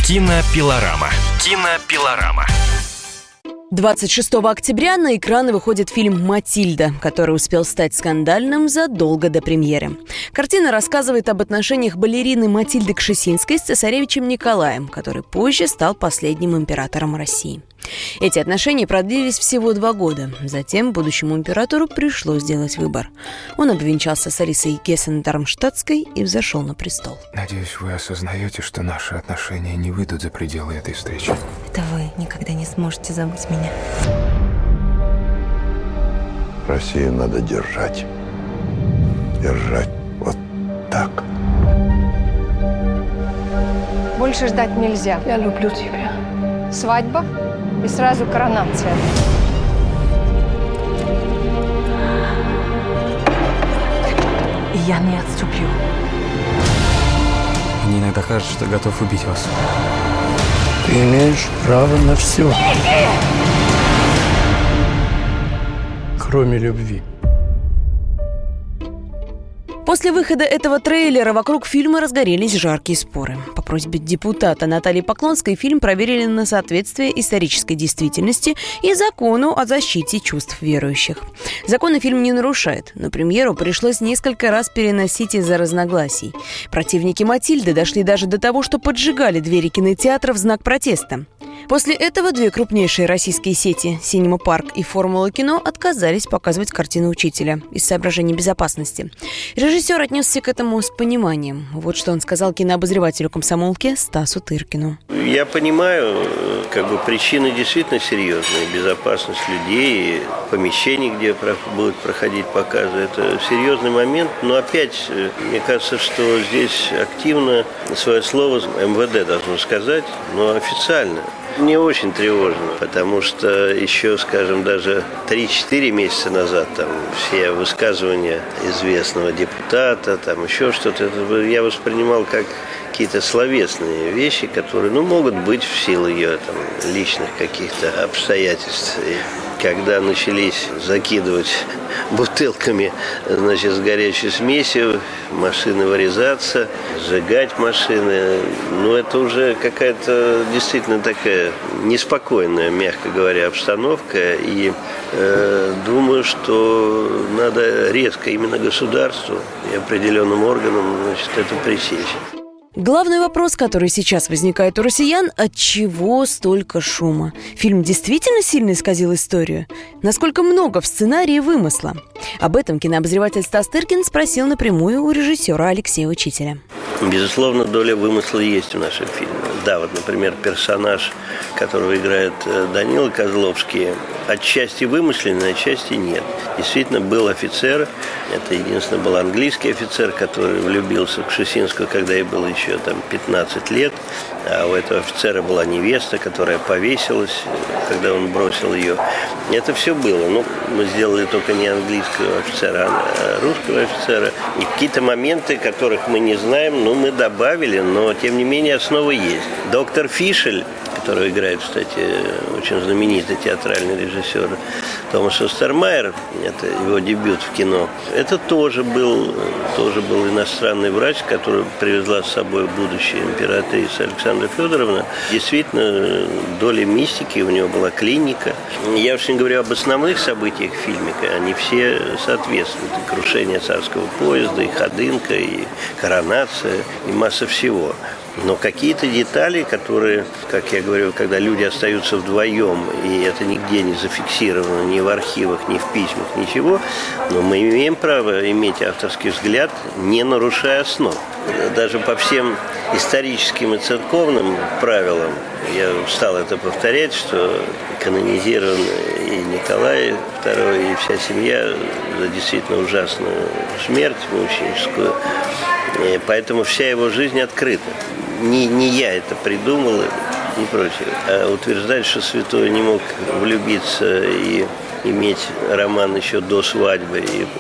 Кинопилорама. Кинопилорама. 26 октября на экраны выходит фильм «Матильда», который успел стать скандальным задолго до премьеры. Картина рассказывает об отношениях балерины Матильды Кшесинской с цесаревичем Николаем, который позже стал последним императором России. Эти отношения продлились всего 2 года. Затем будущему императору пришлось сделать выбор. Он обвенчался с Алисой Гессен-Дармштадтской и взошел на престол. Надеюсь, вы осознаете, что наши отношения не выйдут за пределы этой встречи. Это вы никогда не сможете забыть меня. Россию надо держать. Держать вот так. Больше ждать нельзя. Я люблю тебя. Свадьба и сразу коронация. И я не отступлю. Мне иногда кажется, что готов убить вас. Ты имеешь право на все. Кроме любви. После выхода этого трейлера вокруг фильма разгорелись жаркие споры. По просьбе депутата Натальи Поклонской фильм проверили на соответствие исторической действительности и закону о защите чувств верующих. Законы фильм не нарушает, но премьеру пришлось несколько раз переносить из-за разногласий. Противники «Матильды» дошли даже до того, что поджигали двери кинотеатра в знак протеста. После этого 2 крупнейшие российские сети «Синема Парк» и «Формула кино» отказались показывать картину учителя из соображений безопасности. Режиссер отнесся к этому с пониманием. Вот что он сказал кинообозревателю «Комсомолки» Стасу Тыркину. Я понимаю, причины действительно серьезные. Безопасность людей, помещений, где будут проходить показы. Это серьезный момент. Но опять, мне кажется, что здесь активно свое слово МВД должно сказать, но официально. Мне очень тревожно, потому что еще, даже 3-4 месяца назад все высказывания известного депутата, еще что-то, это я воспринимал как какие-то словесные вещи, которые, могут быть в силу ее личных каких-то обстоятельств. И когда начались закидывать бутылками, с горячей смесью, машины вырезаться, сжигать машины, это уже какая-то действительно такая неспокойная, мягко говоря, обстановка. И думаю, что надо резко именно государству и определенным органам, это пресечь. Главный вопрос, который сейчас возникает у россиян – от чего столько шума? Фильм действительно сильно исказил историю? Насколько много в сценарии вымысла? Об этом кинообозреватель Стас Тыркин спросил напрямую у режиссера Алексея Учителя. Безусловно, доля вымысла есть в нашем фильме. Да, например, персонаж, которого играет Данила Козловский, отчасти вымышленный, отчасти нет. Действительно, был офицер, это единственный был английский офицер, который влюбился в Кшесинскую, когда ей было еще 15 лет, а у этого офицера была невеста, которая повесилась, когда он бросил ее. Это все было. Мы сделали только не английского офицера, а русского офицера. И какие-то моменты, которых мы не знаем, мы добавили, но тем не менее основа есть. Доктор Фишель, которого играет, кстати, очень знаменитый театральный режиссер Томас Остермайер, это его дебют в кино, это тоже был иностранный врач, который привезла с собой будущая императрица Александра Федоровна. Действительно, доля мистики, у него была клиника. Я уж не говорю об основных событиях в фильме, они все соответствуют. И крушение царского поезда, и ходынка, и коронация, и масса всего. Но какие-то детали, которые, как я говорю, когда люди остаются вдвоем, и это нигде не зафиксировано, ни в архивах, ни в письмах, ничего, но мы имеем право иметь авторский взгляд, не нарушая основ. Даже по всем историческим и церковным правилам, я стал это повторять, что канонизирован и Николай II, и вся семья за действительно ужасную смерть мученическую. И поэтому вся его жизнь открыта. Не я это придумал, не прочее. А утверждать, что святой не мог влюбиться и иметь роман еще до свадьбы,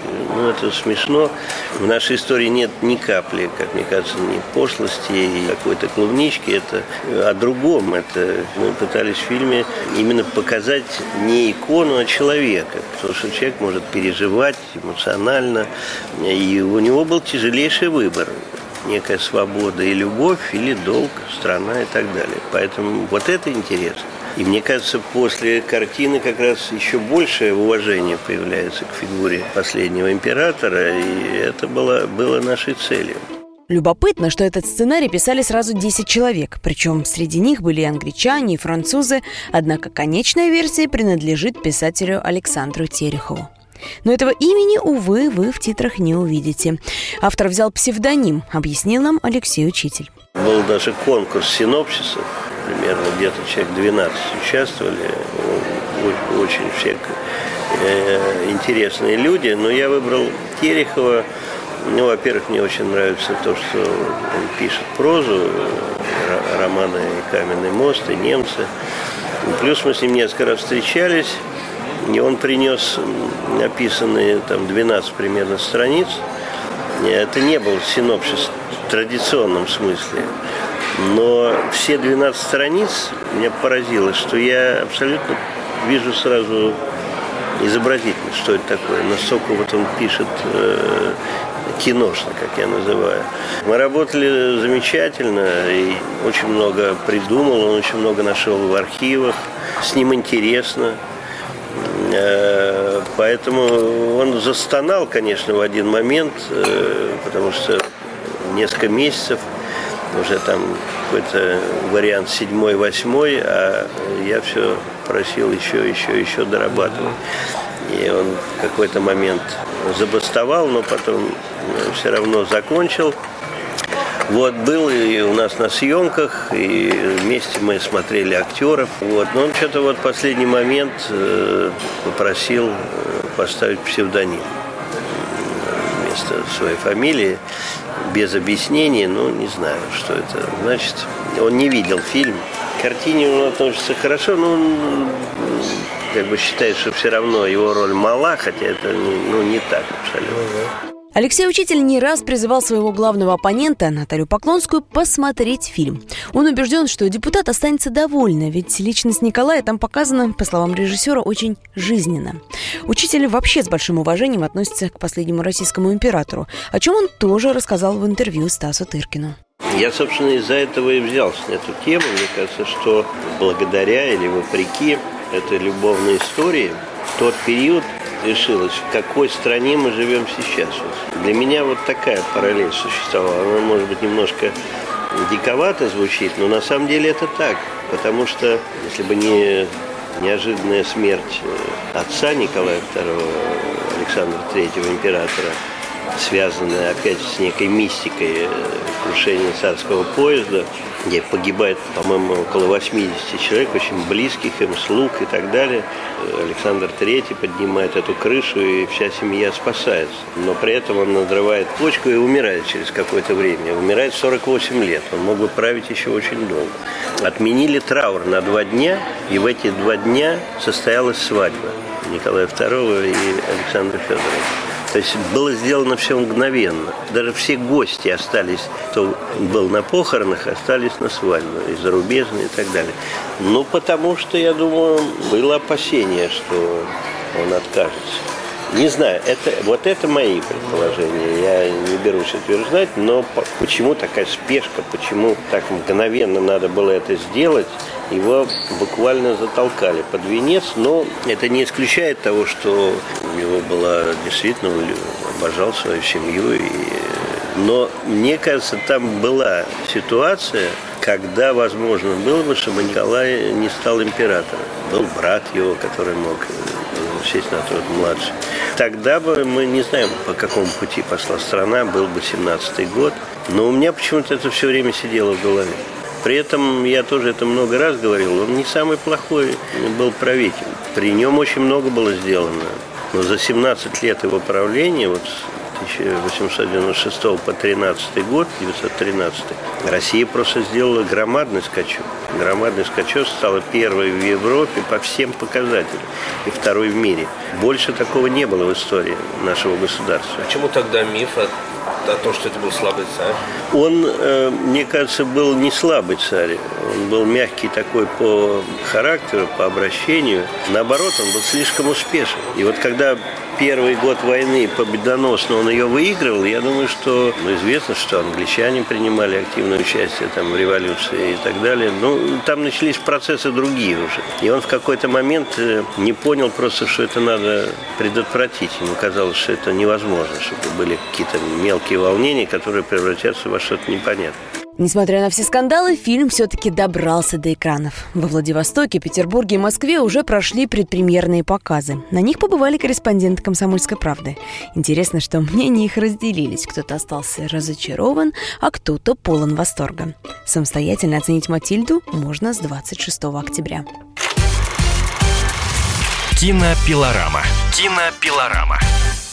это смешно. В нашей истории нет ни капли, как мне кажется, ни пошлости и какой-то клубнички. Это о другом. Это мы пытались в фильме именно показать не икону, а человека. Потому что человек может переживать эмоционально. И у него был тяжелейший выбор. некая свобода и любовь, или долг, страна и так далее. Поэтому вот это интересно. И мне кажется, после картины как раз еще большее уважение появляется к фигуре последнего императора, и это было нашей целью. Любопытно, что этот сценарий писали сразу 10 человек, причем среди них были и англичане, и французы, однако конечная версия принадлежит писателю Александру Терехову. Но этого имени, увы, вы в титрах не увидите. Автор взял псевдоним, объяснил нам Алексей Учитель. Был даже конкурс синопсисов, примерно где-то человек 12 участвовали, очень все интересные люди, но я выбрал Терехова. Ну, во-первых, мне очень нравится то, что он пишет прозу, романы «Каменный мост» и «Немцы». Плюс мы с ним несколько раз встречались, и он принес написанные там 12 примерно страниц. Это не был синопсис в традиционном смысле, но все 12 страниц меня поразило, что я абсолютно вижу сразу изобразительно, что это такое, насколько вот он пишет киношно, как я называю. Мы работали замечательно, и очень много придумал, он очень много нашел в архивах, с ним интересно. Поэтому он застонал, конечно, в один момент, потому что несколько месяцев уже там какой-то вариант 7-й, 8-й, а я все просил еще дорабатывать. И он в какой-то момент забастовал, но потом все равно закончил. Вот, был и у нас на съемках, и вместе мы смотрели актеров. Вот. Но он что-то вот в последний момент попросил поставить псевдоним вместо своей фамилии, без объяснений, ну, не знаю, что это значит. Он не видел фильм. К картине он относится хорошо, но он как бы считает, что все равно его роль мала, хотя это не так абсолютно. Алексей Учитель не раз призывал своего главного оппонента, Наталью Поклонскую, посмотреть фильм. Он убежден, что депутат останется довольна, ведь личность Николая там показана, по словам режиссера, очень жизненно. Учитель вообще с большим уважением относится к последнему российскому императору, о чем он тоже рассказал в интервью Стасу Тыркину. Я, собственно, из-за этого и взялся на эту тему. Мне кажется, что благодаря или вопреки этой любовной истории тот период решилось, в какой стране мы живем сейчас. Для меня вот такая параллель существовала. Она, может быть, немножко диковато звучит, но на самом деле это так. Потому что, если бы не неожиданная смерть отца Николая II, Александра III, императора, связанная опять с некой мистикой крушения царского поезда, где погибает, по-моему, около 80 человек, очень близких им, слуг и так далее. Александр III поднимает эту крышу, и вся семья спасается. Но при этом он надрывает почку и умирает через какое-то время. Умирает в 48 лет. Он мог бы править еще очень долго. Отменили траур на 2 дня, и в эти 2 дня состоялась свадьба Николая II и Александра Федоровича. То есть было сделано все мгновенно. Даже все гости остались, кто был на похоронах, остались на свадьбе, и зарубежные, и так далее. Ну, потому что, я думаю, было опасение, что он откажется. Не знаю, это мои предположения. Я не берусь утверждать, но почему такая спешка, почему так мгновенно надо было это сделать, его буквально затолкали под венец, но это не исключает того, что у него была действительно, он обожал свою семью. Но мне кажется, там была ситуация, когда возможно было бы, чтобы Николай не стал императором. Был брат его, который мог сесть на трон младший. Тогда бы мы не знаем, по какому пути пошла страна, был бы 17-й год. Но у меня почему-то это все время сидело в голове. При этом, я тоже это много раз говорил, он не самый плохой был правитель. При нем очень много было сделано. Но за 17 лет его правления, вот с 1896 по 13 год, 913, Россия просто сделала громадный скачок. Громадный скачок, стала первой в Европе по всем показателям и второй в мире. Больше такого не было в истории нашего государства. Почему тогда миф о том, что это был слабый царь? Он, мне кажется, был не слабый царь. Он был мягкий такой по характеру, по обращению. Наоборот, он был слишком успешен. И вот когда первый год войны победоносно он ее выигрывал, я думаю, что известно, что англичане принимали активное участие там, в революции и так далее. Там начались процессы другие уже. И он в какой-то момент не понял просто, что это надо предотвратить. Ему казалось, что это невозможно, чтобы были какие-то мелкие волнения, которые превратятся во что-то непонятное. Несмотря на все скандалы, фильм все-таки добрался до экранов. Во Владивостоке, Петербурге и Москве уже прошли предпремьерные показы. На них побывали корреспонденты «Комсомольской правды». Интересно, что мнения их разделились. Кто-то остался разочарован, а кто-то полон восторга. Самостоятельно оценить «Матильду» можно с 26 октября. Кинопилорама. Кинопилорама.